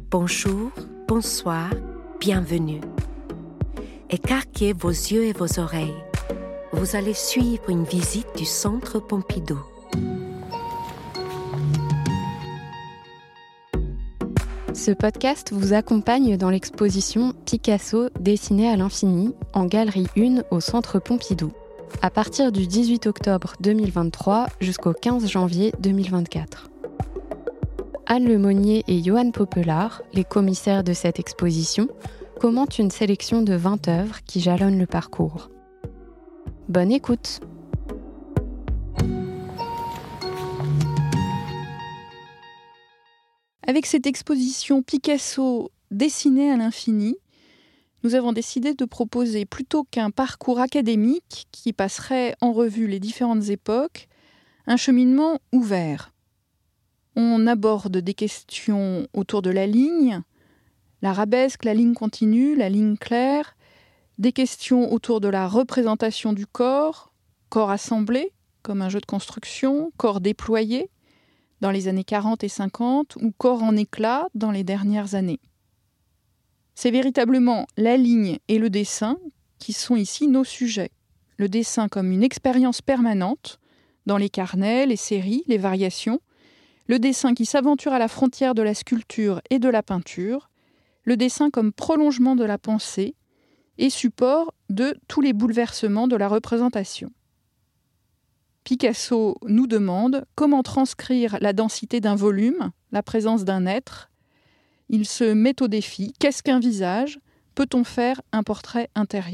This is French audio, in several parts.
Bonjour, bonsoir, bienvenue. Écarquez vos yeux et vos oreilles. Vous allez suivre une visite du Centre Pompidou. Ce podcast vous accompagne dans l'exposition Picasso dessiné à l'infini en Galerie 1 au Centre Pompidou, à partir du 18 octobre 2023 jusqu'au 15 janvier 2024. Anne Lemonnier et Johan Popelard, les commissaires de cette exposition, commentent une sélection de 20 œuvres qui jalonnent le parcours. Bonne écoute! Avec cette exposition Picasso dessinée à l'infini, nous avons décidé de proposer, plutôt qu'un parcours académique qui passerait en revue les différentes époques, un cheminement ouvert. On aborde des questions autour de la ligne, l'arabesque, la ligne continue, la ligne claire, des questions autour de la représentation du corps assemblé, comme un jeu de construction, corps déployé, dans les années 40 et 50, ou corps en éclat dans les dernières années. C'est véritablement la ligne et le dessin qui sont ici nos sujets. Le dessin comme une expérience permanente, dans les carnets, les séries, les variations, le dessin qui s'aventure à la frontière de la sculpture et de la peinture, le dessin comme prolongement de la pensée et support de tous les bouleversements de la représentation. Picasso nous demande comment transcrire la densité d'un volume, la présence d'un être. Il se met au défi. Qu'est-ce qu'un visage ? Peut-on faire un portrait intérieur ?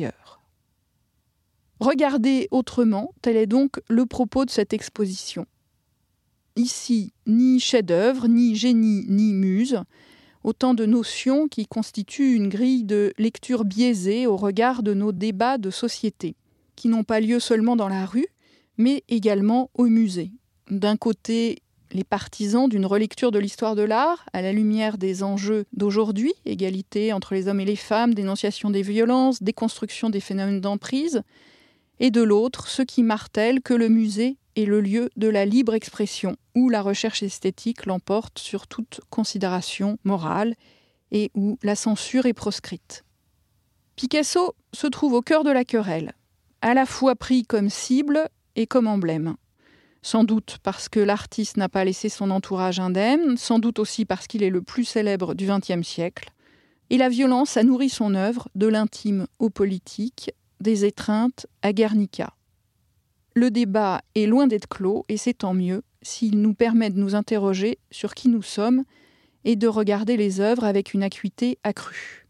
Regarder autrement, tel est donc le propos de cette exposition. Ici, ni chef-d'œuvre, ni génie, ni muse, autant de notions qui constituent une grille de lecture biaisée au regard de nos débats de société, qui n'ont pas lieu seulement dans la rue, mais également au musée. D'un côté, les partisans d'une relecture de l'histoire de l'art à la lumière des enjeux d'aujourd'hui, égalité entre les hommes et les femmes, dénonciation des violences, déconstruction des phénomènes d'emprise, et de l'autre, ceux qui martèlent que le musée est le lieu de la libre expression, où la recherche esthétique l'emporte sur toute considération morale et où la censure est proscrite. Picasso se trouve au cœur de la querelle, à la fois pris comme cible et comme emblème. Sans doute parce que l'artiste n'a pas laissé son entourage indemne, sans doute aussi parce qu'il est le plus célèbre du XXe siècle. Et la violence a nourri son œuvre, de l'intime au politique, des étreintes à Guernica. Le débat est loin d'être clos, et c'est tant mieux s'il nous permet de nous interroger sur qui nous sommes et de regarder les œuvres avec une acuité accrue.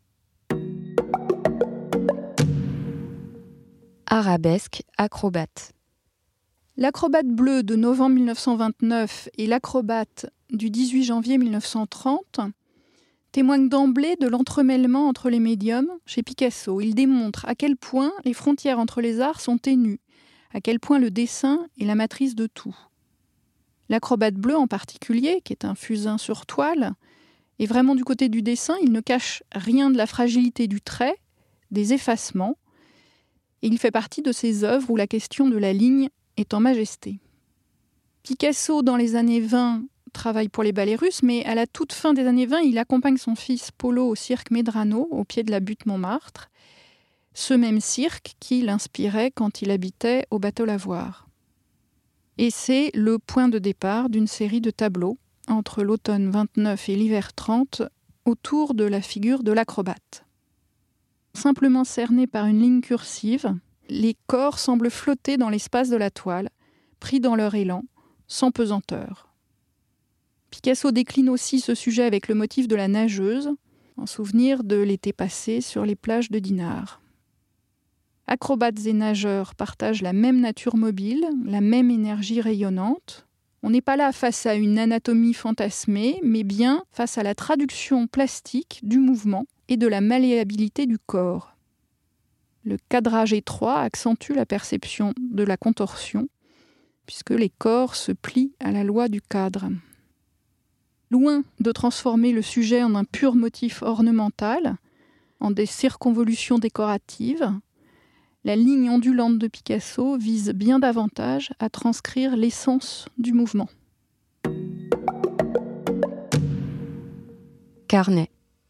Arabesque, acrobate. L'acrobate bleu de novembre 1929 et l'acrobate du 18 janvier 1930 témoignent d'emblée de l'entremêlement entre les médiums chez Picasso. Ils démontrent à quel point les frontières entre les arts sont ténues, à quel point le dessin est la matrice de tout. L'acrobate bleu en particulier, qui est un fusain sur toile, est vraiment du côté du dessin. Il ne cache rien de la fragilité du trait, des effacements, et il fait partie de ces œuvres où la question de la ligne est en majesté. Picasso, dans les années 20, travaille pour les ballets russes, mais à la toute fin des années 20, il accompagne son fils Polo au cirque Medrano, au pied de la butte Montmartre, ce même cirque qui l'inspirait quand il habitait au bateau Lavoir. Et c'est le point de départ d'une série de tableaux entre l'automne 29 et l'hiver 30 autour de la figure de l'acrobate. Simplement cernés par une ligne cursive, les corps semblent flotter dans l'espace de la toile, pris dans leur élan, sans pesanteur. Picasso décline aussi ce sujet avec le motif de la nageuse, en souvenir de l'été passé sur les plages de Dinard. Acrobates et nageurs partagent la même nature mobile, la même énergie rayonnante. On n'est pas là face à une anatomie fantasmée, mais bien face à la traduction plastique du mouvement et de la malléabilité du corps. Le cadrage étroit accentue la perception de la contorsion, puisque les corps se plient à la loi du cadre. Loin de transformer le sujet en un pur motif ornemental, en des circonvolutions décoratives, la ligne ondulante de Picasso vise bien davantage à transcrire l'essence du mouvement. carnet.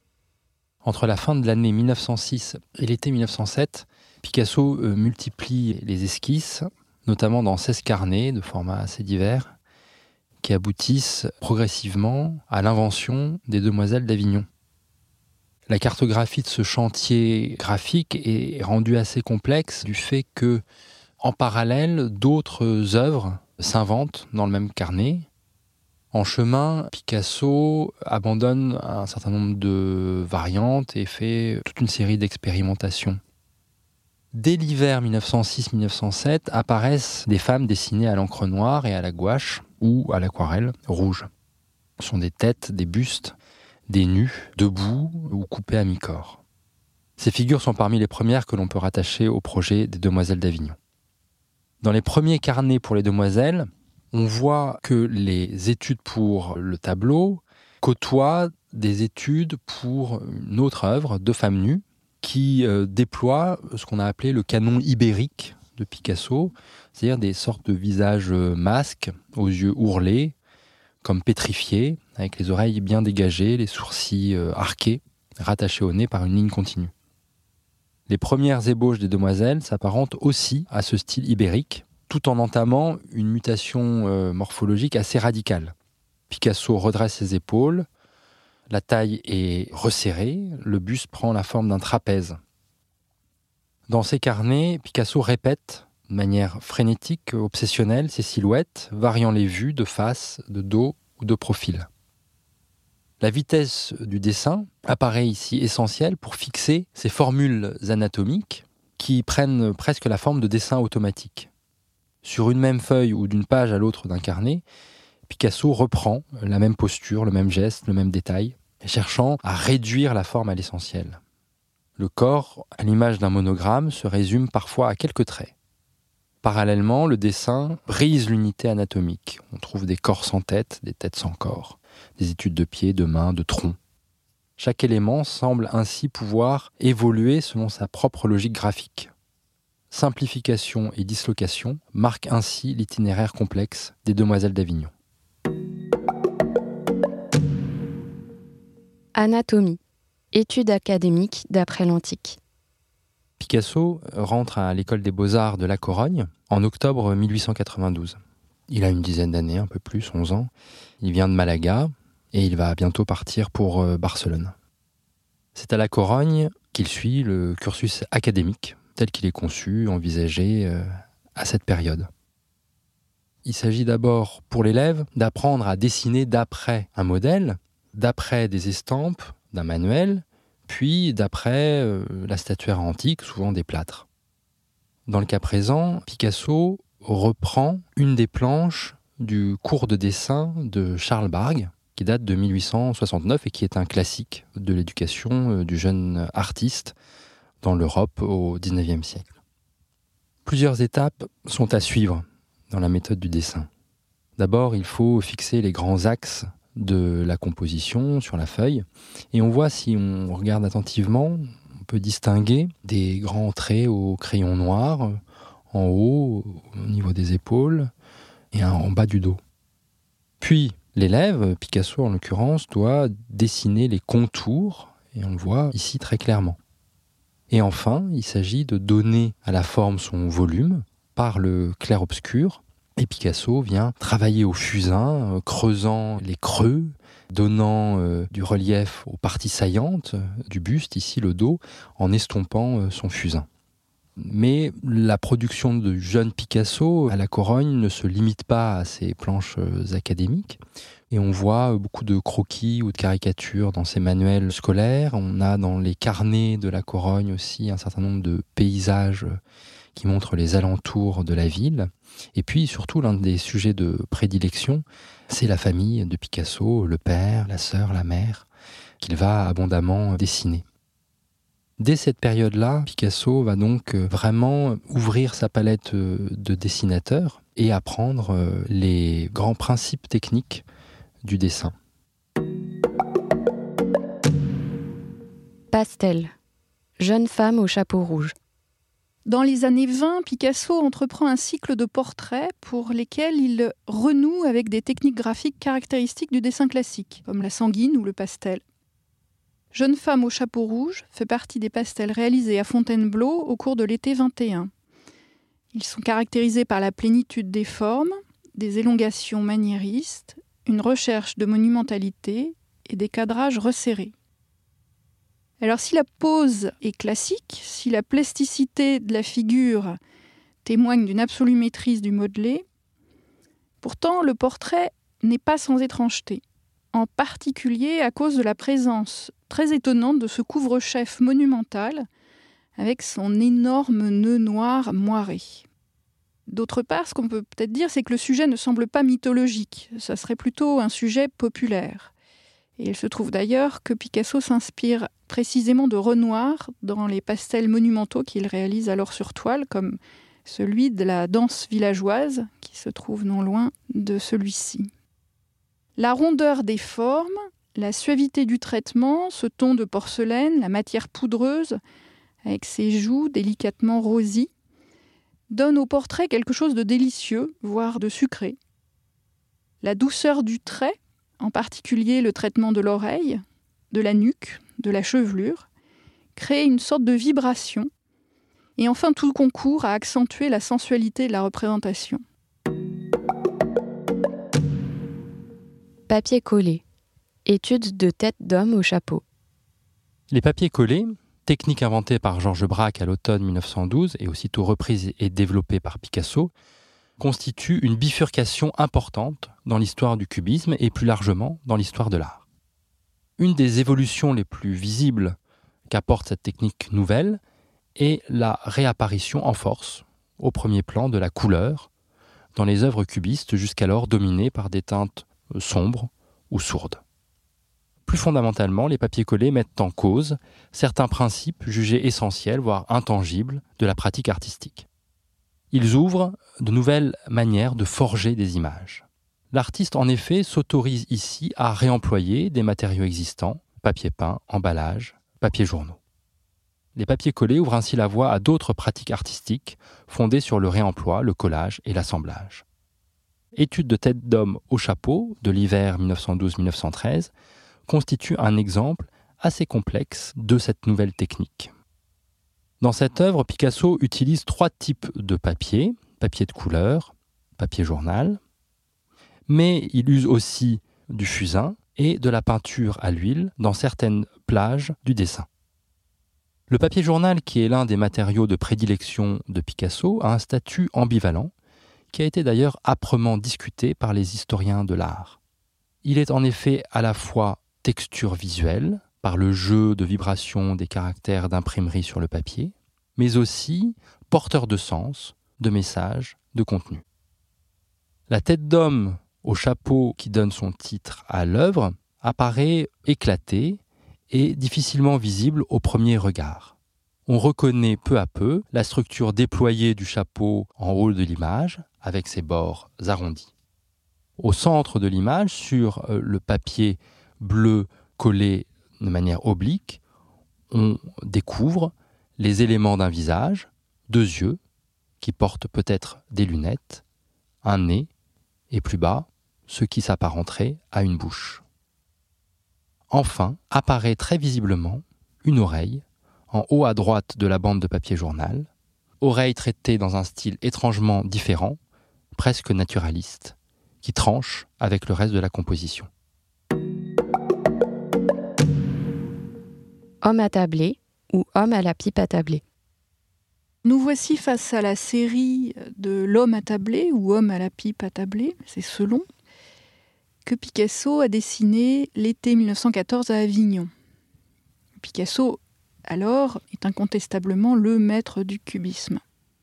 Entre la fin de l'année 1906 et l'été 1907, Picasso multiplie les esquisses, notamment dans 16 carnets de formats assez divers, qui aboutissent progressivement à l'invention des Demoiselles d'Avignon. La cartographie de ce chantier graphique est rendue assez complexe du fait que, en parallèle, d'autres œuvres s'inventent dans le même carnet. En chemin, Picasso abandonne un certain nombre de variantes et fait toute une série d'expérimentations. Dès l'hiver 1906-1907 apparaissent des femmes dessinées à l'encre noire et à la gouache ou à l'aquarelle rouge. Ce sont des têtes, des bustes, des nus, debout ou coupés à mi-corps. Ces figures sont parmi les premières que l'on peut rattacher au projet des Demoiselles d'Avignon. Dans les premiers carnets pour les demoiselles, on voit que les études pour le tableau côtoient des études pour une autre œuvre, Deux femmes nues, qui déploie ce qu'on a appelé le canon ibérique de Picasso, c'est-à-dire des sortes de visages masques, aux yeux ourlés, comme pétrifiés, avec les oreilles bien dégagées, les sourcils arqués, rattachés au nez par une ligne continue. Les premières ébauches des demoiselles s'apparentent aussi à ce style ibérique, tout en entamant une mutation morphologique assez radicale. Picasso redresse ses épaules, la taille est resserrée, le buste prend la forme d'un trapèze. Dans ses carnets, Picasso répète de manière frénétique, obsessionnelle, ses silhouettes, variant les vues de face, de dos ou de profil. La vitesse du dessin apparaît ici essentielle pour fixer ces formules anatomiques qui prennent presque la forme de dessins automatiques. Sur une même feuille ou d'une page à l'autre d'un carnet, Picasso reprend la même posture, le même geste, le même détail, cherchant à réduire la forme à l'essentiel. Le corps, à l'image d'un monogramme, se résume parfois à quelques traits. Parallèlement, le dessin brise l'unité anatomique. On trouve des corps sans tête, des têtes sans corps, des études de pieds, de mains, de troncs. Chaque élément semble ainsi pouvoir évoluer selon sa propre logique graphique. Simplification et dislocation marquent ainsi l'itinéraire complexe des Demoiselles d'Avignon. Anatomie, études académiques d'après l'Antique. Picasso rentre à l'école des Beaux-Arts de La Corogne en octobre 1892. Il a une dizaine d'années, un peu plus, 11 ans. Il vient de Malaga et il va bientôt partir pour Barcelone. C'est à La Corogne qu'il suit le cursus académique tel qu'il est conçu, envisagé à cette période. Il s'agit d'abord pour l'élève d'apprendre à dessiner d'après un modèle, d'après des estampes, d'un manuel, puis d'après la statuaire antique, souvent des plâtres. Dans le cas présent, Picasso reprend une des planches du cours de dessin de Charles Bargue, qui date de 1869 et qui est un classique de l'éducation du jeune artiste dans l'Europe au XIXe siècle. Plusieurs étapes sont à suivre dans la méthode du dessin. D'abord, il faut fixer les grands axes de la composition sur la feuille. Et on voit, si on regarde attentivement, on peut distinguer des grands traits au crayon noir, en haut, au niveau des épaules, et en bas du dos. Puis, l'élève, Picasso en l'occurrence, doit dessiner les contours, et on le voit ici très clairement. Et enfin, il s'agit de donner à la forme son volume par le clair-obscur. Et Picasso vient travailler au fusain, creusant les creux, donnant du relief aux parties saillantes du buste, ici le dos, en estompant son fusain. Mais la production de jeune Picasso à La Corogne ne se limite pas à ces planches académiques. Et on voit beaucoup de croquis ou de caricatures dans ses manuels scolaires. On a dans les carnets de La Corogne aussi un certain nombre de paysages qui montrent les alentours de la ville. Et puis surtout, l'un des sujets de prédilection, c'est la famille de Picasso, le père, la sœur, la mère, qu'il va abondamment dessiner. Dès cette période-là, Picasso va donc vraiment ouvrir sa palette de dessinateur et apprendre les grands principes techniques du dessin. Pastel. Jeune femme au chapeau rouge. Dans les années 20, Picasso entreprend un cycle de portraits pour lesquels il renoue avec des techniques graphiques caractéristiques du dessin classique, comme la sanguine ou le pastel. Jeune femme au chapeau rouge fait partie des pastels réalisés à Fontainebleau au cours de l'été 21. Ils sont caractérisés par la plénitude des formes, des élongations maniéristes, une recherche de monumentalité et des cadrages resserrés. Alors si la pose est classique, si la plasticité de la figure témoigne d'une absolue maîtrise du modelé, pourtant le portrait n'est pas sans étrangeté, en particulier à cause de la présence très étonnante de ce couvre-chef monumental avec son énorme nœud noir moiré. D'autre part, ce qu'on peut peut-être dire, c'est que le sujet ne semble pas mythologique, ça serait plutôt un sujet populaire. Et il se trouve d'ailleurs que Picasso s'inspire précisément de Renoir dans les pastels monumentaux qu'il réalise alors sur toile, comme celui de la danse villageoise, qui se trouve non loin de celui-ci. La rondeur des formes, la suavité du traitement, ce ton de porcelaine, la matière poudreuse, avec ses joues délicatement rosies, donne au portrait quelque chose de délicieux, voire de sucré. La douceur du trait, en particulier le traitement de l'oreille, de la nuque, de la chevelure, crée une sorte de vibration. Et enfin, tout concourt à accentuer la sensualité de la représentation. Papier collé. Étude de tête d'homme au chapeau. Les papiers collés, technique inventée par Georges Braque à l'automne 1912 et aussitôt reprise et développée par Picasso, constituent une bifurcation importante dans l'histoire du cubisme et plus largement dans l'histoire de l'art. Une des évolutions les plus visibles qu'apporte cette technique nouvelle est la réapparition en force, au premier plan, de la couleur dans les œuvres cubistes jusqu'alors dominées par des teintes sombres ou sourdes. Plus fondamentalement, les papiers collés mettent en cause certains principes jugés essentiels, voire intangibles, de la pratique artistique. Ils ouvrent de nouvelles manières de forger des images. L'artiste, en effet, s'autorise ici à réemployer des matériaux existants, papier peint, emballage, papier journaux. Les papiers collés ouvrent ainsi la voie à d'autres pratiques artistiques fondées sur le réemploi, le collage et l'assemblage. Étude de tête d'homme au chapeau de l'hiver 1912-1913 constitue un exemple assez complexe de cette nouvelle technique. Dans cette œuvre, Picasso utilise 3 types de papier: papier de couleur, papier journal, mais il use aussi du fusain et de la peinture à l'huile dans certaines plages du dessin. Le papier journal, qui est l'un des matériaux de prédilection de Picasso, a un statut ambivalent, qui a été d'ailleurs âprement discuté par les historiens de l'art. Il est en effet à la fois texture visuelle, par le jeu de vibrations des caractères d'imprimerie sur le papier, mais aussi porteur de sens, de messages, de contenu. La tête d'homme au chapeau qui donne son titre à l'œuvre apparaît éclatée et difficilement visible au premier regard. On reconnaît peu à peu la structure déployée du chapeau en haut de l'image, avec ses bords arrondis. Au centre de l'image, sur le papier bleu collé de manière oblique, on découvre les éléments d'un visage, 2 yeux, qui portent peut-être des lunettes, un nez, et plus bas, ce qui s'apparenterait à une bouche. Enfin, apparaît très visiblement une oreille, en haut à droite de la bande de papier journal, oreille traitée dans un style étrangement différent, presque naturaliste, qui tranche avec le reste de la composition. Homme attablé ou homme à la pipe attablée. Nous voici face à la série de l'homme attablé ou homme à la pipe attablée, c'est selon, que Picasso a dessiné l'été 1914 à Avignon. Picasso, alors, est incontestablement le maître du cubisme.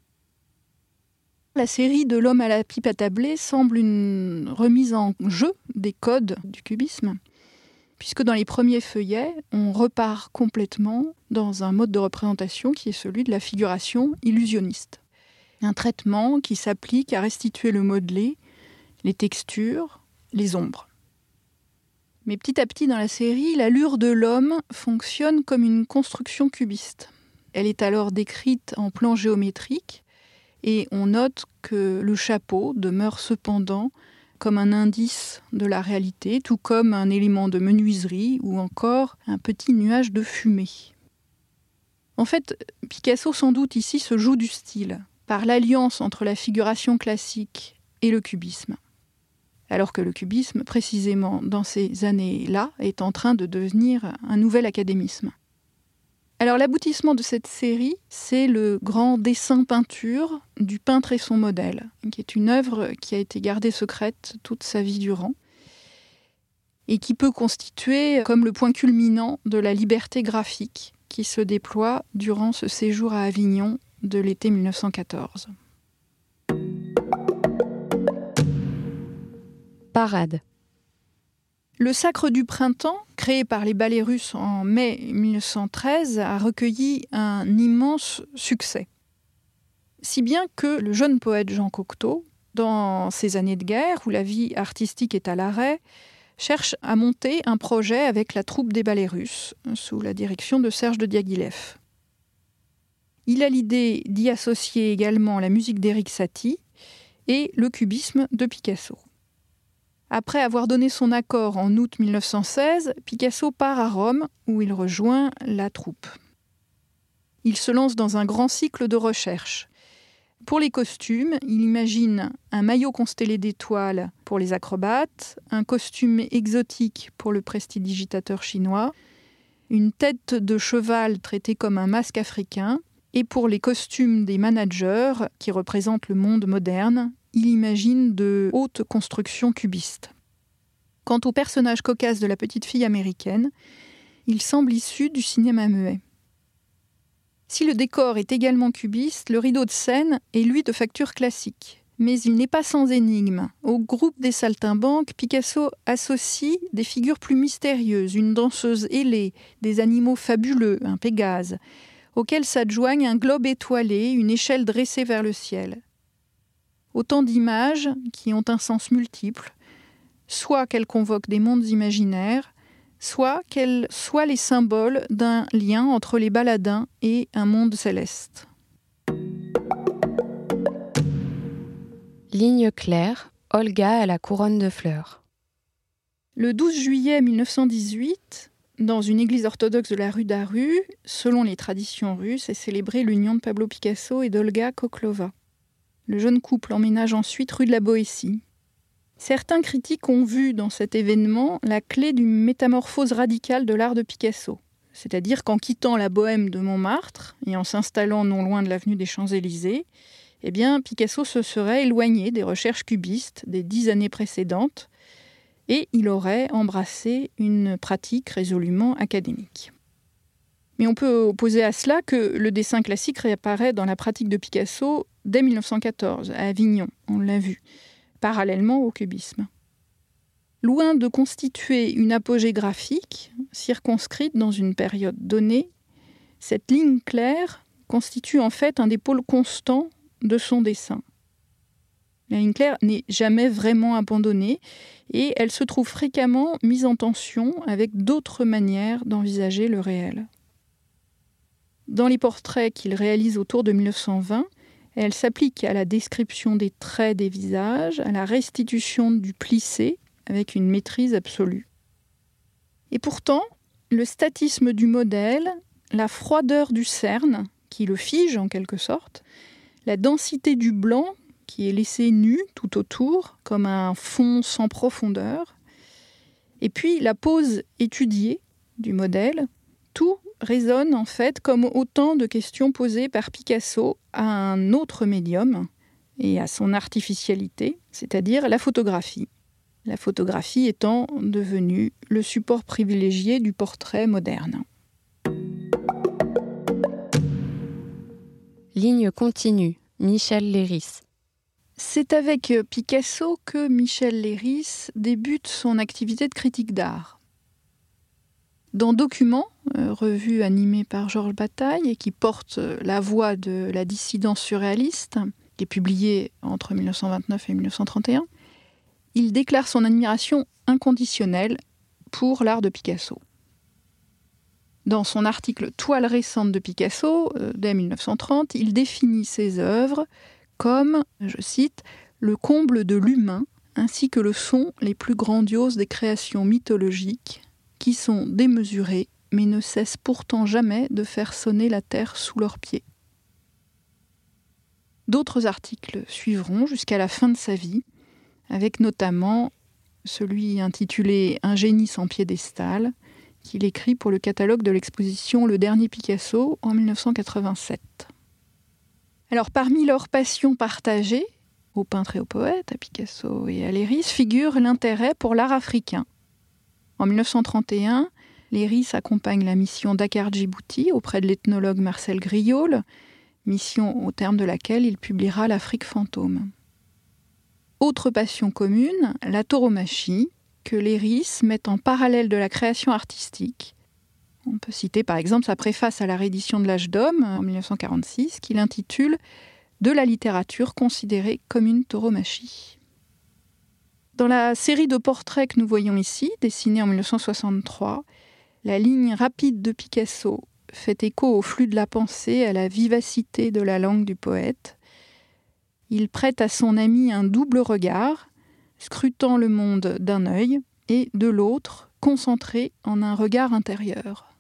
La série de l'homme à la pipe attablée semble une remise en jeu des codes du cubisme, puisque dans les premiers feuillets, on repart complètement dans un mode de représentation qui est celui de la figuration illusionniste. Un traitement qui s'applique à restituer le modelé, les textures, les ombres. Mais petit à petit dans la série, l'allure de l'homme fonctionne comme une construction cubiste. Elle est alors décrite en plan géométrique et on note que le chapeau demeure cependant comme un indice de la réalité, tout comme un élément de menuiserie ou encore un petit nuage de fumée. En fait, Picasso sans doute ici se joue du style, par l'alliance entre la figuration classique et le cubisme. Alors que le cubisme, précisément dans ces années-là, est en train de devenir un nouvel académisme. Alors l'aboutissement de cette série, c'est le grand dessin-peinture du peintre et son modèle, qui est une œuvre qui a été gardée secrète toute sa vie durant, et qui peut constituer comme le point culminant de la liberté graphique qui se déploie durant ce séjour à Avignon de l'été 1914. Parade. Le Sacre du printemps, créé par les ballets russes en mai 1913, a recueilli un immense succès. Si bien que le jeune poète Jean Cocteau, dans ces années de guerre où la vie artistique est à l'arrêt, cherche à monter un projet avec la troupe des ballets russes, sous la direction de Serge de Diaghilev. Il a l'idée d'y associer également la musique d'Éric Satie et le cubisme de Picasso. Après avoir donné son accord en août 1916, Picasso part à Rome où il rejoint la troupe. Il se lance dans un grand cycle de recherche. Pour les costumes, il imagine un maillot constellé d'étoiles pour les acrobates, un costume exotique pour le prestidigitateur chinois, une tête de cheval traitée comme un masque africain, et pour les costumes des managers qui représentent le monde moderne, il imagine de hautes constructions cubistes. Quant au personnage cocasse de la petite fille américaine, il semble issu du cinéma muet. Si le décor est également cubiste, le rideau de scène est lui de facture classique. Mais il n'est pas sans énigme. Au groupe des saltimbanques, Picasso associe des figures plus mystérieuses, une danseuse ailée, des animaux fabuleux, un Pégase, auxquels s'adjoignent un globe étoilé, une échelle dressée vers le ciel. Autant d'images qui ont un sens multiple, soit qu'elles convoquent des mondes imaginaires, soit qu'elles soient les symboles d'un lien entre les baladins et un monde céleste. Ligne claire, Olga à la couronne de fleurs. Le 12 juillet 1918, dans une église orthodoxe de la rue Daru, selon les traditions russes, est célébrée l'union de Pablo Picasso et d'Olga Koklova. Le jeune couple emménage ensuite rue de la Boétie. Certains critiques ont vu dans cet événement la clé d'une métamorphose radicale de l'art de Picasso. C'est-à-dire qu'en quittant la bohème de Montmartre et en s'installant non loin de l'avenue des Champs-Élysées, Picasso se serait éloigné des recherches cubistes des 10 années précédentes et il aurait embrassé une pratique résolument académique. Mais on peut opposer à cela que le dessin classique réapparaît dans la pratique de Picasso dès 1914, à Avignon, on l'a vu, parallèlement au cubisme. Loin de constituer une apogée graphique, circonscrite dans une période donnée, cette ligne claire constitue en fait un des pôles constants de son dessin. La ligne claire n'est jamais vraiment abandonnée et elle se trouve fréquemment mise en tension avec d'autres manières d'envisager le réel. Dans les portraits qu'il réalise autour de 1920, elle s'applique à la description des traits des visages, à la restitution du plissé avec une maîtrise absolue. Et pourtant, le statisme du modèle, la froideur du cerne, qui le fige en quelque sorte, la densité du blanc, qui est laissé nu tout autour, comme un fond sans profondeur, et puis la pose étudiée du modèle, tout résonne en fait comme autant de questions posées par Picasso à un autre médium et à son artificialité, c'est-à-dire la photographie. La photographie étant devenue le support privilégié du portrait moderne. Ligne continue, Michel Leiris. C'est avec Picasso que Michel Leiris débute son activité de critique d'art. Dans Documents, revue animée par Georges Bataille et qui porte la voix de la dissidence surréaliste, qui est publiée entre 1929 et 1931, il déclare son admiration inconditionnelle pour l'art de Picasso. Dans son article « Toiles récentes de Picasso », dès 1930, il définit ses œuvres comme, je cite, « le comble de l'humain, ainsi que le son les plus grandioses des créations mythologiques, qui sont démesurées, mais ne cessent pourtant jamais de faire sonner la terre sous leurs pieds. D'autres articles suivront jusqu'à la fin de sa vie, avec notamment celui intitulé « Un génie sans piédestal », qu'il écrit pour le catalogue de l'exposition Le Dernier Picasso en 1987. Alors, parmi leurs passions partagées, aux peintres et aux poètes, à Picasso et à Léris, figure l'intérêt pour l'art africain. En 1931, Léris accompagne la mission Dakar-Djibouti auprès de l'ethnologue Marcel Griaule, mission au terme de laquelle il publiera L'Afrique fantôme. Autre passion commune, la tauromachie, que Léris met en parallèle de la création artistique. On peut citer par exemple sa préface à la réédition de l'Âge d'Homme en 1946, qu'il intitule « De la littérature considérée comme une tauromachie ». Dans la série de portraits que nous voyons ici, dessinée en 1963, la ligne rapide de Picasso fait écho au flux de la pensée, à la vivacité de la langue du poète. Il prête à son ami un double regard, scrutant le monde d'un œil et de l'autre, concentré en un regard intérieur.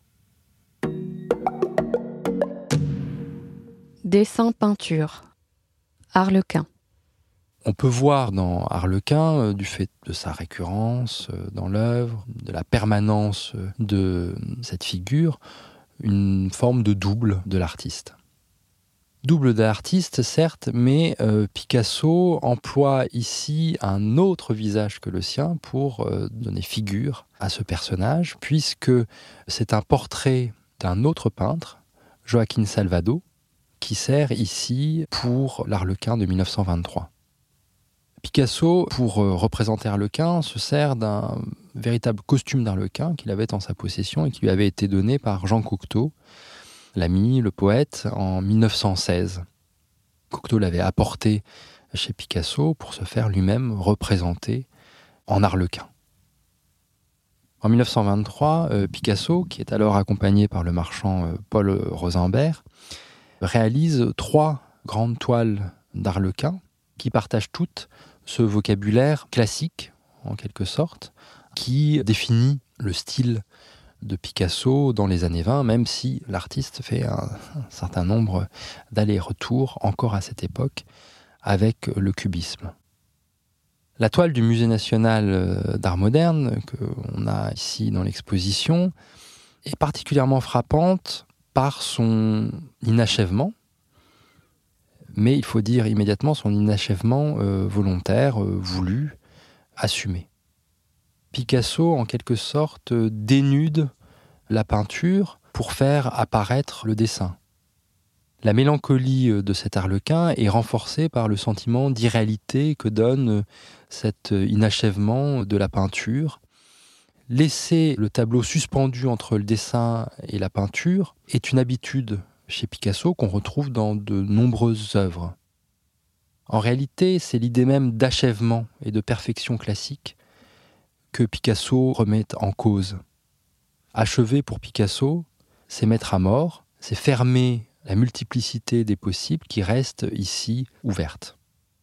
Dessin-peinture. Arlequin. On peut voir dans Arlequin, du fait de sa récurrence dans l'œuvre, de la permanence de cette figure, une forme de double de l'artiste. Double de l'artiste, certes, mais Picasso emploie ici un autre visage que le sien pour donner figure à ce personnage, puisque c'est un portrait d'un autre peintre, Joaquín Salvado, qui sert ici pour l'Arlequin de 1923. Picasso, pour représenter Arlequin, se sert d'un véritable costume d'Arlequin qu'il avait en sa possession et qui lui avait été donné par Jean Cocteau, l'ami, le poète, en 1916. Cocteau l'avait apporté chez Picasso pour se faire lui-même représenter en Arlequin. En 1923, Picasso, qui est alors accompagné par le marchand Paul Rosenberg, réalise 3 grandes toiles d'Arlequin qui partagent toutes ce vocabulaire classique, en quelque sorte, qui définit le style de Picasso dans les années 20, même si l'artiste fait un certain nombre d'allers-retours, encore à cette époque, avec le cubisme. La toile du Musée national d'art moderne, qu'on a ici dans l'exposition, est particulièrement frappante par son inachèvement, mais il faut dire immédiatement son inachèvement volontaire, voulu, assumé. Picasso, en quelque sorte, dénude la peinture pour faire apparaître le dessin. La mélancolie de cet Arlequin est renforcée par le sentiment d'irréalité que donne cet inachèvement de la peinture. Laisser le tableau suspendu entre le dessin et la peinture est une habitude chez Picasso qu'on retrouve dans de nombreuses œuvres. En réalité, c'est l'idée même d'achèvement et de perfection classique que Picasso remet en cause. Achever pour Picasso, c'est mettre à mort, c'est fermer la multiplicité des possibles qui restent ici ouvertes.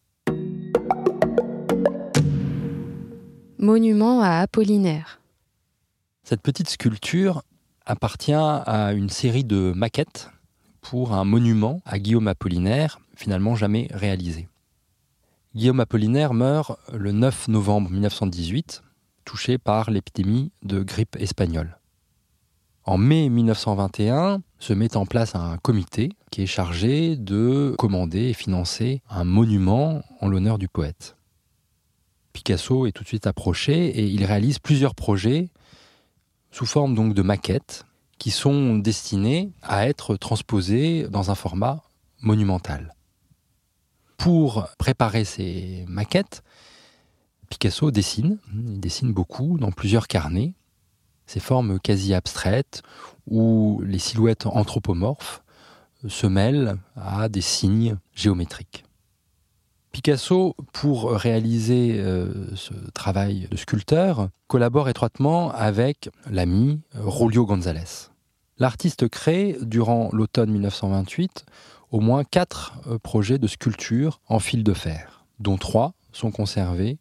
Monument à Apollinaire. Cette petite sculpture appartient à une série de maquettes pour un monument à Guillaume Apollinaire, finalement jamais réalisé. Guillaume Apollinaire meurt le 9 novembre 1918, touché par l'épidémie de grippe espagnole. En mai 1921, se met en place un comité qui est chargé de commander et financer un monument en l'honneur du poète. Picasso est tout de suite approché et il réalise plusieurs projets sous forme donc de maquettes qui sont destinés à être transposés dans un format monumental. Pour préparer ces maquettes, Picasso il dessine beaucoup dans plusieurs carnets, ces formes quasi abstraites où les silhouettes anthropomorphes se mêlent à des signes géométriques. Picasso, pour réaliser ce travail de sculpteur, collabore étroitement avec l'ami Julio González. L'artiste crée, durant l'automne 1928, au moins 4 projets de sculpture en fil de fer, dont 3 sont conservés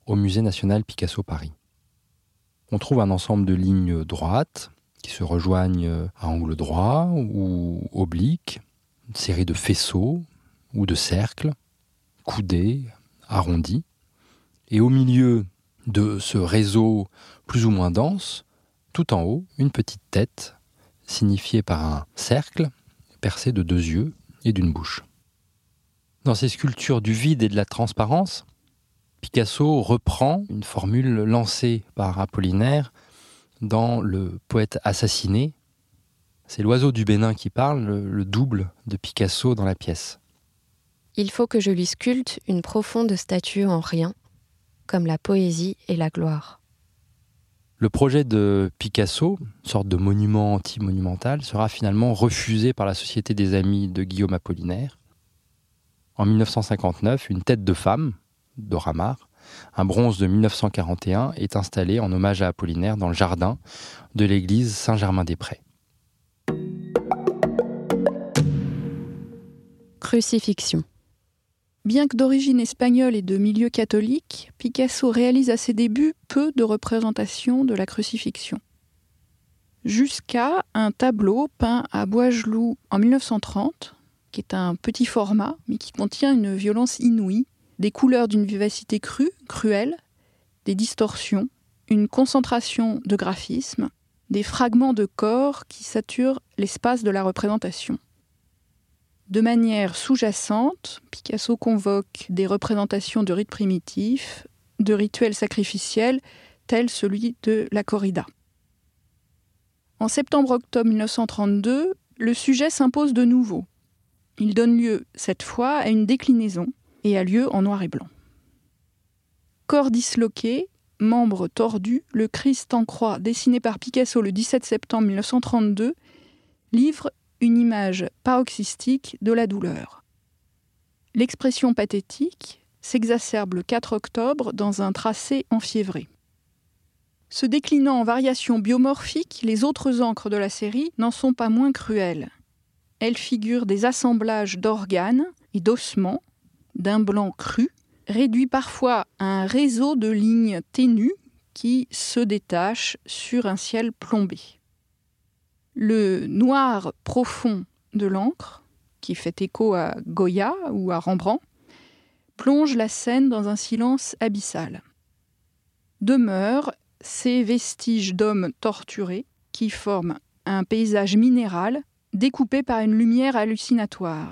au Musée national Picasso Paris. On trouve un ensemble de lignes droites qui se rejoignent à angle droit ou oblique, une série de faisceaux ou de cercles, coudés, arrondis. Et au milieu de ce réseau plus ou moins dense, tout en haut, une petite tête signifiée par un cercle percé de 2 yeux et d'une bouche. Dans ces sculptures du vide et de la transparence, Picasso reprend une formule lancée par Apollinaire dans Le Poète assassiné. C'est l'oiseau du Bénin qui parle, le double de Picasso dans la pièce. Il faut que je lui sculpte une profonde statue en rien, comme la poésie et la gloire. Le projet de Picasso, une sorte de monument anti-monumental, sera finalement refusé par la Société des Amis de Guillaume Apollinaire. En 1959, une tête de femme, Dora Maar, un bronze de 1941, est installé en hommage à Apollinaire dans le jardin de l'église Saint-Germain-des-Prés. Crucifixion. Bien que d'origine espagnole et de milieu catholique, Picasso réalise à ses débuts peu de représentations de la crucifixion. Jusqu'à un tableau peint à Boisgeloup en 1930, qui est un petit format, mais qui contient une violence inouïe, des couleurs d'une vivacité crue, cruelle, des distorsions, une concentration de graphisme, des fragments de corps qui saturent l'espace de la représentation. De manière sous-jacente, Picasso convoque des représentations de rites primitifs, de rituels sacrificiels, tels celui de la corrida. En septembre-octobre 1932, le sujet s'impose de nouveau. Il donne lieu, cette fois, à une déclinaison et a lieu en noir et blanc. Corps disloqué, membres tordus, le Christ en croix dessiné par Picasso le 17 septembre 1932 livre une image paroxystique de la douleur. L'expression pathétique s'exacerbe le 4 octobre dans un tracé enfiévré. Se déclinant en variations biomorphiques, les autres encres de la série n'en sont pas moins cruelles. Elles figurent des assemblages d'organes et d'ossements, d'un blanc cru, réduit parfois à un réseau de lignes ténues qui se détachent sur un ciel plombé. Le noir profond de l'encre, qui fait écho à Goya ou à Rembrandt, plonge la scène dans un silence abyssal. Demeurent ces vestiges d'hommes torturés qui forment un paysage minéral découpé par une lumière hallucinatoire.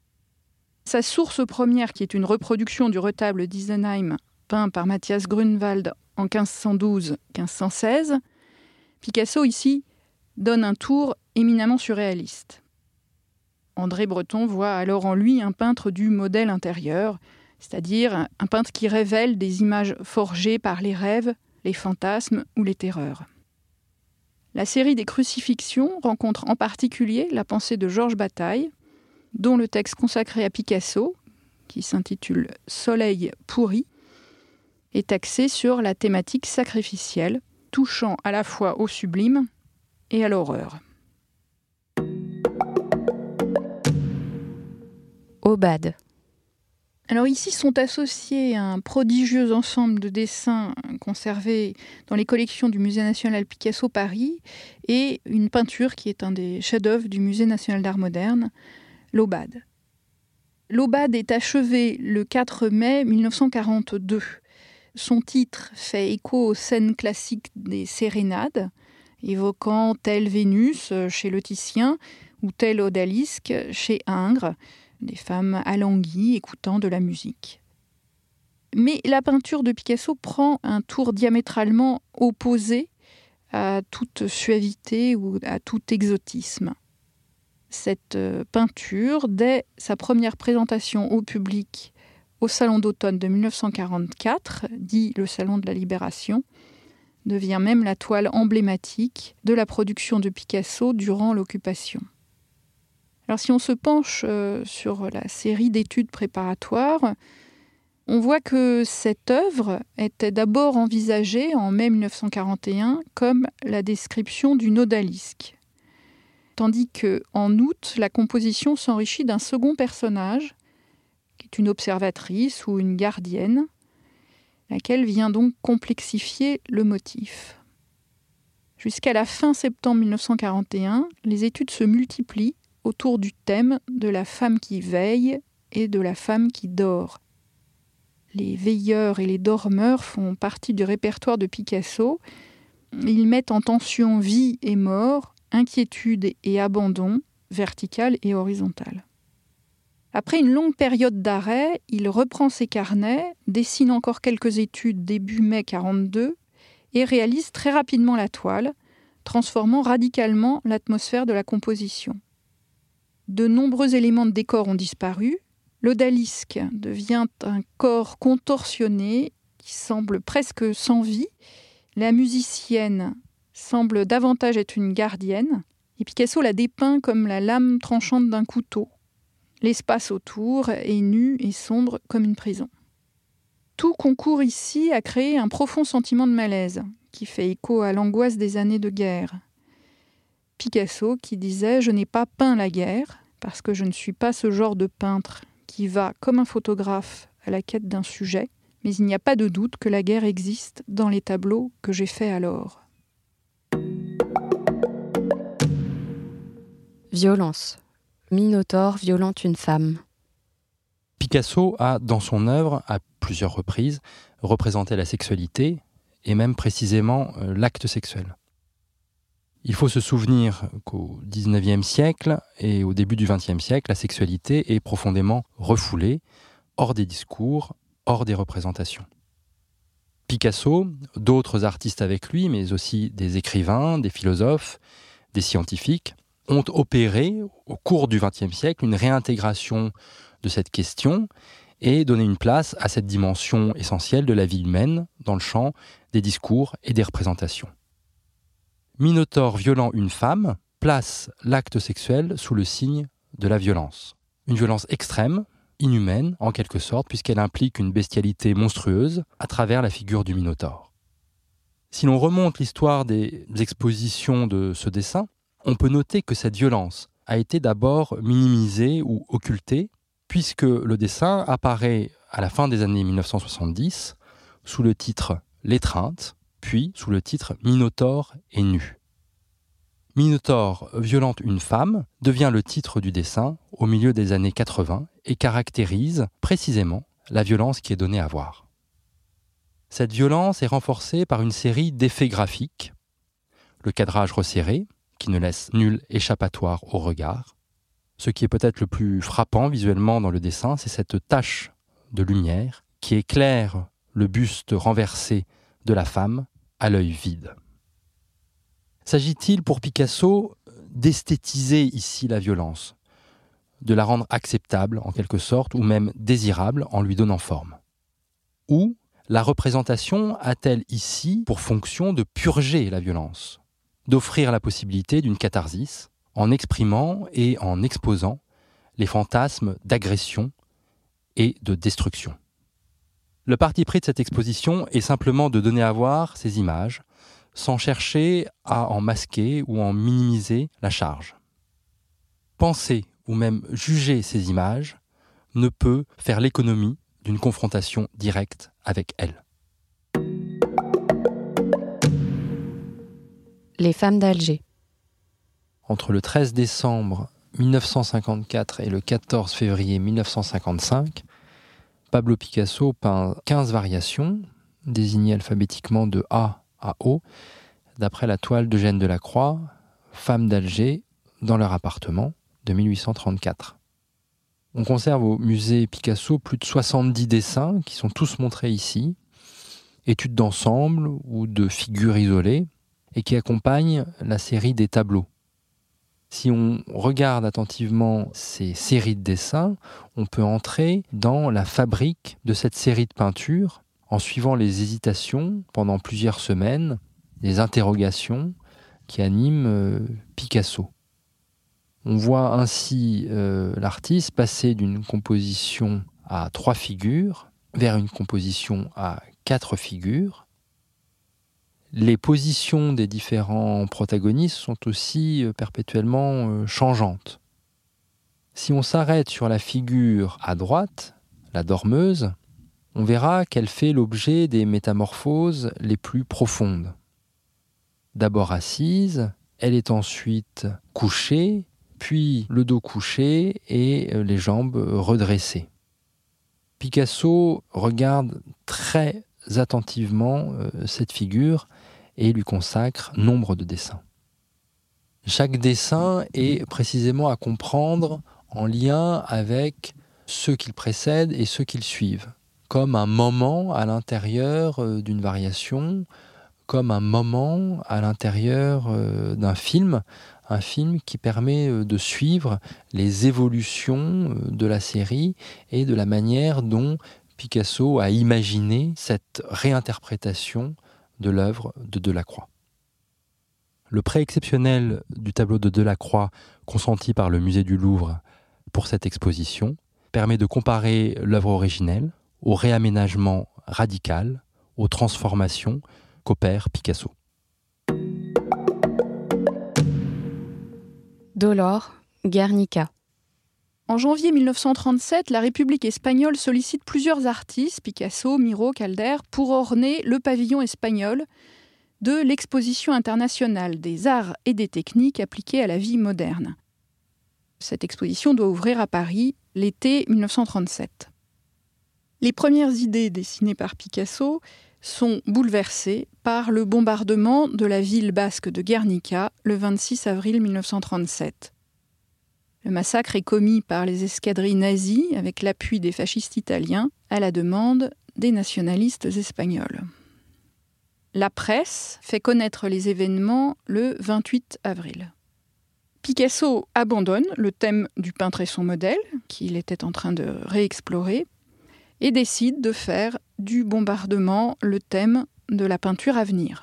Sa source première, qui est une reproduction du retable d'Isenheim peint par Matthias Grunewald en 1512-1516, Picasso ici donne un tour éminemment surréaliste. André Breton voit alors en lui un peintre du modèle intérieur, c'est-à-dire un peintre qui révèle des images forgées par les rêves, les fantasmes ou les terreurs. La série des crucifixions rencontre en particulier la pensée de Georges Bataille, dont le texte consacré à Picasso, qui s'intitule « Soleil pourri », est axé sur la thématique sacrificielle, touchant à la fois au sublime et à l'horreur. Aubade. Alors ici sont associés un prodigieux ensemble de dessins conservés dans les collections du Musée national Picasso Paris et une peinture qui est un des chefs-d'œuvre du Musée national d'art moderne, l'Aubade. L'Aubade est achevée le 4 mai 1942. Son titre fait écho aux scènes classiques des sérénades, évoquant telle Vénus chez le Titien ou telle odalisque chez Ingres, des femmes alanguies écoutant de la musique. Mais la peinture de Picasso prend un tour diamétralement opposé à toute suavité ou à tout exotisme. Cette peinture, dès sa première présentation au public au Salon d'automne de 1944, dit le Salon de la Libération, devient même la toile emblématique de la production de Picasso durant l'occupation. Alors si on se penche sur la série d'études préparatoires, on voit que cette œuvre était d'abord envisagée en mai 1941 comme la description d'une odalisque, tandis qu'en août, la composition s'enrichit d'un second personnage, qui est une observatrice ou une gardienne. laquelle vient donc complexifier le motif. Jusqu'à la fin septembre 1941, les études se multiplient autour du thème de la femme qui veille et de la femme qui dort. Les veilleurs et les dormeurs font partie du répertoire de Picasso. Ils mettent en tension vie et mort, inquiétude et abandon, vertical et horizontal. Après une longue période d'arrêt, il reprend ses carnets, dessine encore quelques études début mai 1942 et réalise très rapidement la toile, transformant radicalement l'atmosphère de la composition. De nombreux éléments de décor ont disparu. L'odalisque devient un corps contorsionné qui semble presque sans vie. La musicienne semble davantage être une gardienne. Et Picasso la dépeint comme la lame tranchante d'un couteau. L'espace autour est nu et sombre comme une prison. Tout concourt ici à créer un profond sentiment de malaise, qui fait écho à l'angoisse des années de guerre. Picasso qui disait « Je n'ai pas peint la guerre, parce que je ne suis pas ce genre de peintre qui va, comme un photographe, à la quête d'un sujet, mais il n'y a pas de doute que la guerre existe dans les tableaux que j'ai faits alors. » Violence. Minotaure violant une femme. Picasso a, dans son œuvre, à plusieurs reprises, représenté la sexualité, et même précisément l'acte sexuel. Il faut se souvenir qu'au XIXe siècle et au début du XXe siècle, la sexualité est profondément refoulée, hors des discours, hors des représentations. Picasso, d'autres artistes avec lui, mais aussi des écrivains, des philosophes, des scientifiques, ont opéré au cours du XXe siècle une réintégration de cette question et donné une place à cette dimension essentielle de la vie humaine dans le champ des discours et des représentations. Minotaure violant une femme place l'acte sexuel sous le signe de la violence. Une violence extrême, inhumaine en quelque sorte, puisqu'elle implique une bestialité monstrueuse à travers la figure du Minotaure. Si l'on remonte l'histoire des expositions de ce dessin, on peut noter que cette violence a été d'abord minimisée ou occultée, puisque le dessin apparaît à la fin des années 1970 sous le titre « L'étreinte », puis sous le titre « Minotaure est nu ». Minotaure violente une femme devient le titre du dessin au milieu des années 80 et caractérise précisément la violence qui est donnée à voir. Cette violence est renforcée par une série d'effets graphiques, le cadrage resserré, qui ne laisse nul échappatoire au regard. Ce qui est peut-être le plus frappant visuellement dans le dessin, c'est cette tache de lumière qui éclaire le buste renversé de la femme à l'œil vide. S'agit-il pour Picasso d'esthétiser ici la violence, de la rendre acceptable en quelque sorte, ou même désirable en lui donnant forme? Ou la représentation a-t-elle ici pour fonction de purger la violence, d'offrir la possibilité d'une catharsis en exprimant et en exposant les fantasmes d'agression et de destruction? Le parti pris de cette exposition est simplement de donner à voir ces images sans chercher à en masquer ou en minimiser la charge. Penser ou même juger ces images ne peut faire l'économie d'une confrontation directe avec elles. Les femmes d'Alger. Entre le 13 décembre 1954 et le 14 février 1955, Pablo Picasso peint 15 variations, désignées alphabétiquement de A à O, d'après la toile d'Eugène Delacroix, Femmes d'Alger, dans leur appartement, de 1834. On conserve au musée Picasso plus de 70 dessins qui sont tous montrés ici, études d'ensemble ou de figures isolées, et qui accompagnent la série des tableaux. Si on regarde attentivement ces séries de dessins, on peut entrer dans la fabrique de cette série de peintures en suivant les hésitations pendant plusieurs semaines, les interrogations qui animent Picasso. On voit ainsi l'artiste passer d'une composition à 3 figures vers une composition à 4 figures. Les positions des différents protagonistes sont aussi perpétuellement changeantes. Si on s'arrête sur la figure à droite, la dormeuse, on verra qu'elle fait l'objet des métamorphoses les plus profondes. D'abord assise, elle est ensuite couchée, puis le dos couché et les jambes redressées. Picasso regarde très attentivement cette figure et lui consacre nombre de dessins. Chaque dessin est précisément à comprendre en lien avec ceux qui le précèdent et ceux qui le suivent, comme un moment à l'intérieur d'une variation, comme un moment à l'intérieur d'un film, un film qui permet de suivre les évolutions de la série et de la manière dont Picasso a imaginé cette réinterprétation de l'œuvre de Delacroix. Le prêt exceptionnel du tableau de Delacroix consenti par le musée du Louvre pour cette exposition permet de comparer l'œuvre originelle au réaménagement radical, aux transformations qu'opère Picasso. Dolor, Guernica. En janvier 1937, la République espagnole sollicite plusieurs artistes, Picasso, Miró, Calder, pour orner le pavillon espagnol de l'Exposition internationale des arts et des techniques appliquées à la vie moderne. Cette exposition doit ouvrir à Paris l'été 1937. Les premières idées dessinées par Picasso sont bouleversées par le bombardement de la ville basque de Guernica le 26 avril 1937. Le massacre est commis par les escadrilles nazies avec l'appui des fascistes italiens à la demande des nationalistes espagnols. La presse fait connaître les événements le 28 avril. Picasso abandonne le thème du peintre et son modèle, qu'il était en train de réexplorer, et décide de faire du bombardement le thème de la peinture à venir.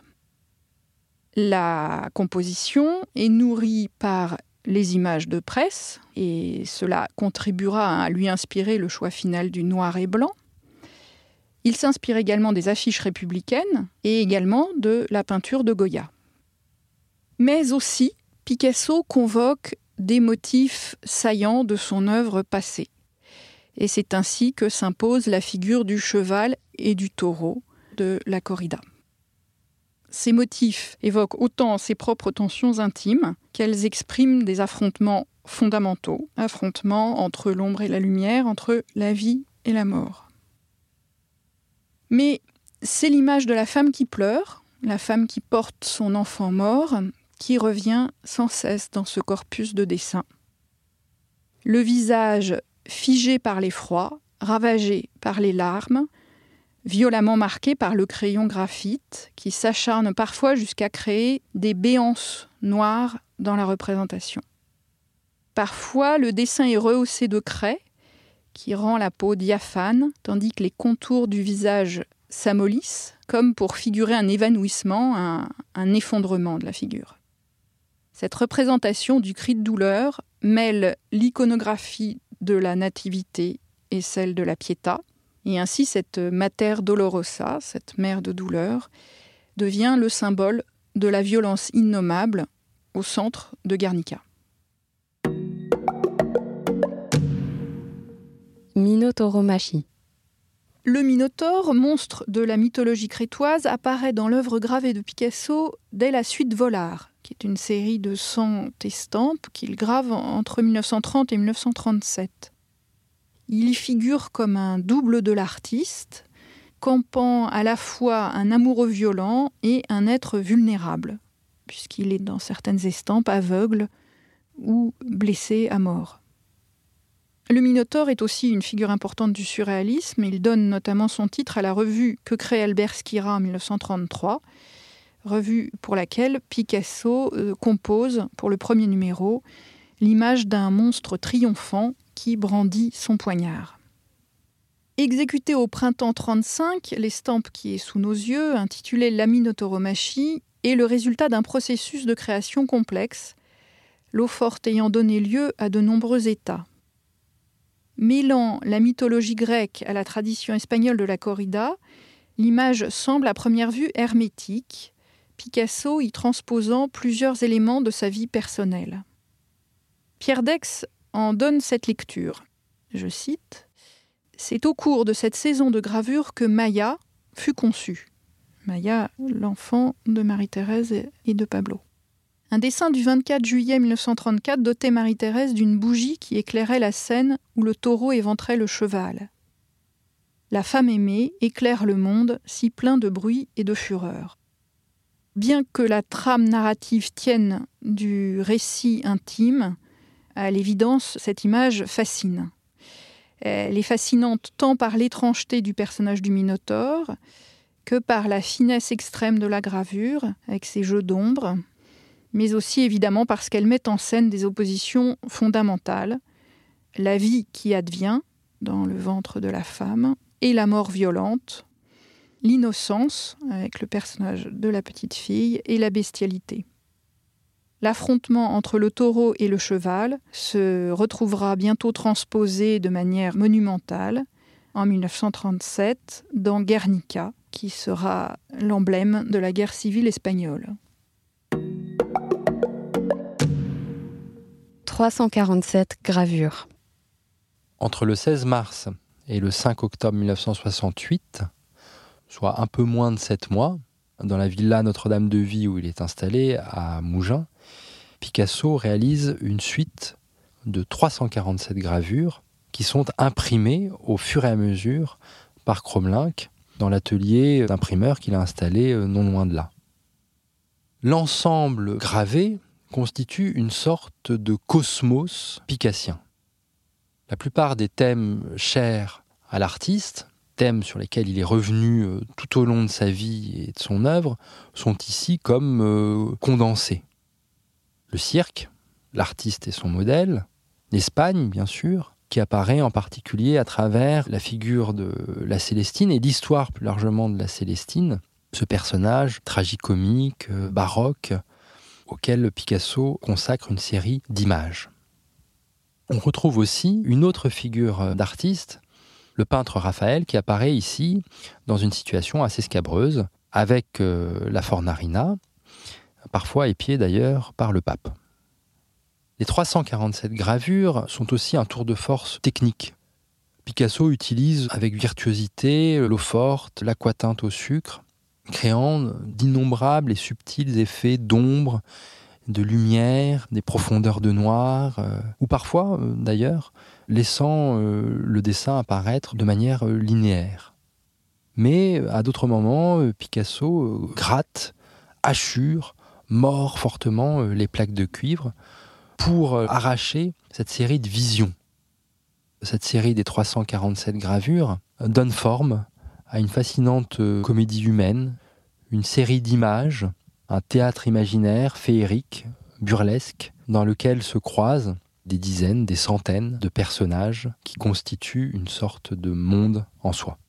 La composition est nourrie par les images de presse, et cela contribuera à lui inspirer le choix final du noir et blanc. Il s'inspire également des affiches républicaines et également de la peinture de Goya. Mais aussi, Picasso convoque des motifs saillants de son œuvre passée. Et c'est ainsi que s'impose la figure du cheval et du taureau de la corrida. Ces motifs évoquent autant ses propres tensions intimes qu'elles expriment des affrontements fondamentaux, affrontements entre l'ombre et la lumière, entre la vie et la mort. Mais c'est l'image de la femme qui pleure, la femme qui porte son enfant mort, qui revient sans cesse dans ce corpus de dessins. Le visage figé par l'effroi, ravagé par les larmes, violemment marqué par le crayon graphite, qui s'acharne parfois jusqu'à créer des béances noires dans la représentation. Parfois, le dessin est rehaussé de craie, qui rend la peau diaphane, tandis que les contours du visage s'amollissent, comme pour figurer un évanouissement, un effondrement de la figure. Cette représentation du cri de douleur mêle l'iconographie de la nativité et celle de la Pietà, et ainsi cette Mater Dolorosa, cette mère de douleur, devient le symbole de la violence innommable au centre de Guernica. Minotauromachie. Le Minotaure, monstre de la mythologie crétoise, apparaît dans l'œuvre gravée de Picasso dès la suite Volare, qui est une série de 100 estampes qu'il grave entre 1930 et 1937. Il y figure comme un double de l'artiste, campant à la fois un amoureux violent et un être vulnérable, puisqu'il est dans certaines estampes aveugle ou blessé à mort. Le Minotaure est aussi une figure importante du surréalisme. Il donne notamment son titre à la revue que crée Albert Schira en 1933, revue pour laquelle Picasso compose, pour le premier numéro, l'image d'un monstre triomphant qui brandit son poignard. Exécutée au printemps 1935, l'estampe qui est sous nos yeux, intitulée La Minotauromachie, est le résultat d'un processus de création complexe, l'eau forte ayant donné lieu à de nombreux états. Mêlant la mythologie grecque à la tradition espagnole de la corrida, l'image semble à première vue hermétique, Picasso y transposant plusieurs éléments de sa vie personnelle. Pierre Daix en donne cette lecture. Je cite : « C'est au cours de cette saison de gravure que Maya fut conçue. Maya, l'enfant de Marie-Thérèse et de Pablo. Un dessin du 24 juillet 1934 dotait Marie-Thérèse d'une bougie qui éclairait la scène où le taureau éventrait le cheval. La femme aimée éclaire le monde si plein de bruit et de fureur. Bien que la trame narrative tienne du récit intime, à l'évidence, cette image fascine. Elle est fascinante tant par l'étrangeté du personnage du Minotaure que par la finesse extrême de la gravure, avec ses jeux d'ombre, mais aussi évidemment parce qu'elle met en scène des oppositions fondamentales, la vie qui advient dans le ventre de la femme et la mort violente, l'innocence, avec le personnage de la petite fille, et la bestialité. L'affrontement entre le taureau et le cheval se retrouvera bientôt transposé de manière monumentale en 1937 dans Guernica, qui sera l'emblème de la guerre civile espagnole. 347 gravures. Entre le 16 mars et le 5 octobre 1968, soit un peu moins de 7 mois, dans la villa Notre-Dame de Vie où il est installé, à Mougins, Picasso réalise une suite de 347 gravures qui sont imprimées au fur et à mesure par Cromlinck dans l'atelier d'imprimeur qu'il a installé non loin de là. L'ensemble gravé constitue une sorte de cosmos picassien. La plupart des thèmes chers à l'artiste, thèmes sur lesquels il est revenu tout au long de sa vie et de son œuvre, sont ici comme condensés. Le cirque, l'artiste et son modèle, l'Espagne bien sûr, qui apparaît en particulier à travers la figure de la Célestine et l'histoire plus largement de la Célestine, ce personnage tragicomique, baroque, auquel Picasso consacre une série d'images. On retrouve aussi une autre figure d'artiste, le peintre Raphaël, qui apparaît ici dans une situation assez scabreuse, avec la Fornarina, parfois épiée d'ailleurs par le pape. Les 347 gravures sont aussi un tour de force technique. Picasso utilise avec virtuosité l'eau forte, l'aquatinte au sucre, créant d'innombrables et subtils effets d'ombre, de lumière, des profondeurs de noir, ou parfois, d'ailleurs, laissant le dessin apparaître de manière linéaire. Mais à d'autres moments, Picasso gratte, hachure, mord fortement les plaques de cuivre pour arracher cette série de visions. Cette série des 347 gravures donne forme à une fascinante comédie humaine, une série d'images, un théâtre imaginaire, féerique, burlesque, dans lequel se croisent des dizaines, des centaines de personnages qui constituent une sorte de monde en soi.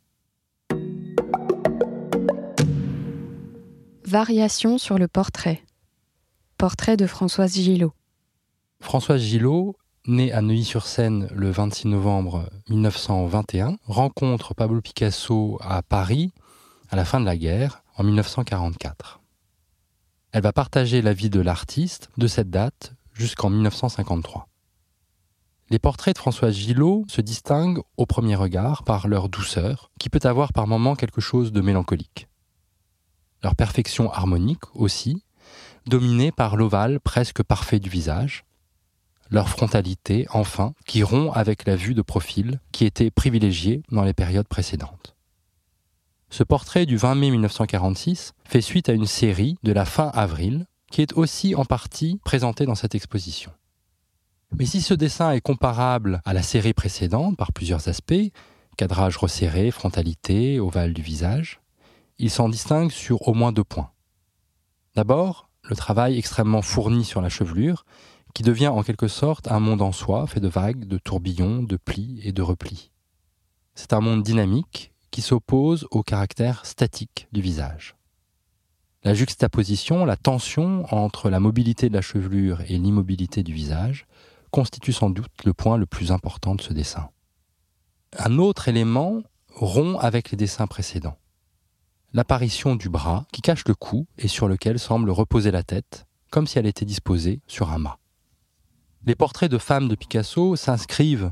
Variation sur le portrait. Portrait de Françoise Gillot. Françoise Gillot, née à Neuilly-sur-Seine le 26 novembre 1921, rencontre Pablo Picasso à Paris à la fin de la guerre, en 1944. Elle va partager la vie de l'artiste de cette date jusqu'en 1953. Les portraits de Françoise Gillot se distinguent au premier regard par leur douceur, qui peut avoir par moments quelque chose de mélancolique. Leur perfection harmonique aussi, dominée par l'ovale presque parfait du visage. Leur frontalité, enfin, qui rompt avec la vue de profil qui était privilégiée dans les périodes précédentes. Ce portrait du 20 mai 1946 fait suite à une série de la fin avril qui est aussi en partie présentée dans cette exposition. Mais si ce dessin est comparable à la série précédente par plusieurs aspects, cadrage resserré, frontalité, ovale du visage, il s'en distingue sur au moins 2 points. D'abord, le travail extrêmement fourni sur la chevelure, qui devient en quelque sorte un monde en soi, fait de vagues, de tourbillons, de plis et de replis. C'est un monde dynamique qui s'oppose au caractère statique du visage. La juxtaposition, la tension entre la mobilité de la chevelure et l'immobilité du visage constitue sans doute le point le plus important de ce dessin. Un autre élément rompt avec les dessins précédents. L'apparition du bras qui cache le cou et sur lequel semble reposer la tête, comme si elle était disposée sur un mât. Les portraits de femmes de Picasso s'inscrivent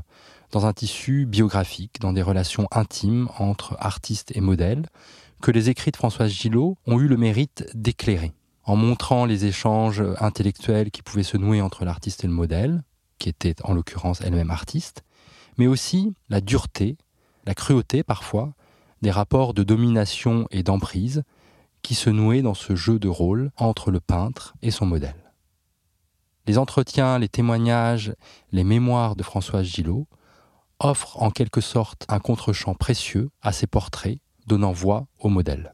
dans un tissu biographique, dans des relations intimes entre artistes et modèles, que les écrits de Françoise Gillot ont eu le mérite d'éclairer, en montrant les échanges intellectuels qui pouvaient se nouer entre l'artiste et le modèle, qui était en l'occurrence elle-même artiste, mais aussi la dureté, la cruauté parfois, des rapports de domination et d'emprise qui se nouaient dans ce jeu de rôle entre le peintre et son modèle. Les entretiens, les témoignages, les mémoires de Françoise Gillot offrent en quelque sorte un contre-champ précieux à ces portraits, donnant voix au modèle.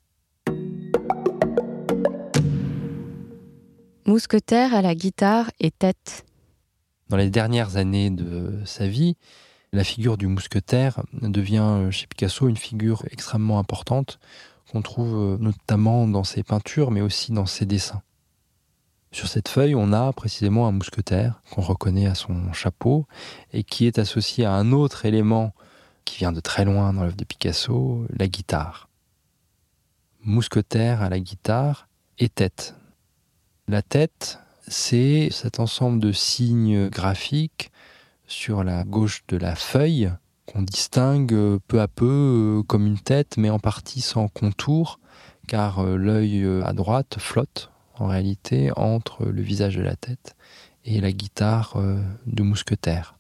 Mousquetaire à la guitare et tête. Dans les dernières années de sa vie, la figure du mousquetaire devient chez Picasso une figure extrêmement importante qu'on trouve notamment dans ses peintures, mais aussi dans ses dessins. Sur cette feuille, on a précisément un mousquetaire qu'on reconnaît à son chapeau et qui est associé à un autre élément qui vient de très loin dans l'œuvre de Picasso, la guitare. Mousquetaire à la guitare et tête. La tête, c'est cet ensemble de signes graphiques sur la gauche de la feuille qu'on distingue peu à peu comme une tête, mais en partie sans contour, car l'œil à droite flotte en réalité entre le visage de la tête et la guitare de mousquetaire.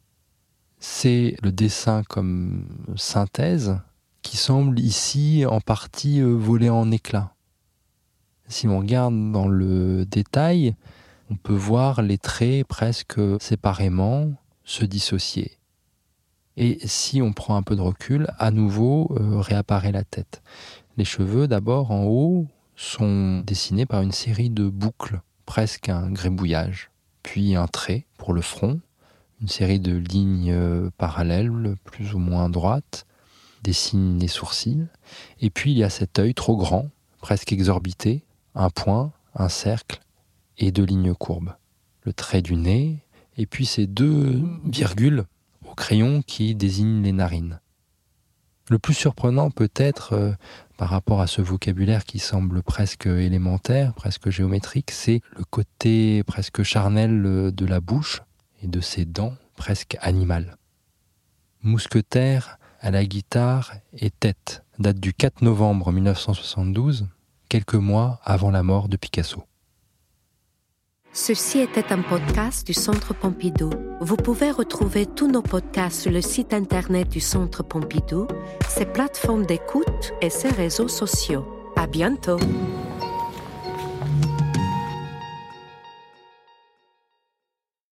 C'est le dessin comme synthèse qui semble ici en partie voler en éclats. Si on regarde dans le détail, on peut voir les traits presque séparément se dissocier. Et si on prend un peu de recul, à nouveau réapparaît la tête. Les cheveux, d'abord en haut, sont dessinés par une série de boucles, presque un gribouillage, puis un trait pour le front, une série de lignes parallèles, plus ou moins droites, dessinent les sourcils, et puis il y a cet œil trop grand, presque exorbité, un point, un cercle et deux lignes courbes. Le trait du nez, et puis ces deux virgules au crayon qui désignent les narines. Le plus surprenant peut-être par rapport à ce vocabulaire qui semble presque élémentaire, presque géométrique, c'est le côté presque charnel de la bouche et de ses dents presque animales. Mousquetaire à la guitare et tête, date du 4 novembre 1972, quelques mois avant la mort de Picasso. Ceci était un podcast du Centre Pompidou. Vous pouvez retrouver tous nos podcasts sur le site internet du Centre Pompidou, ses plateformes d'écoute et ses réseaux sociaux. À bientôt!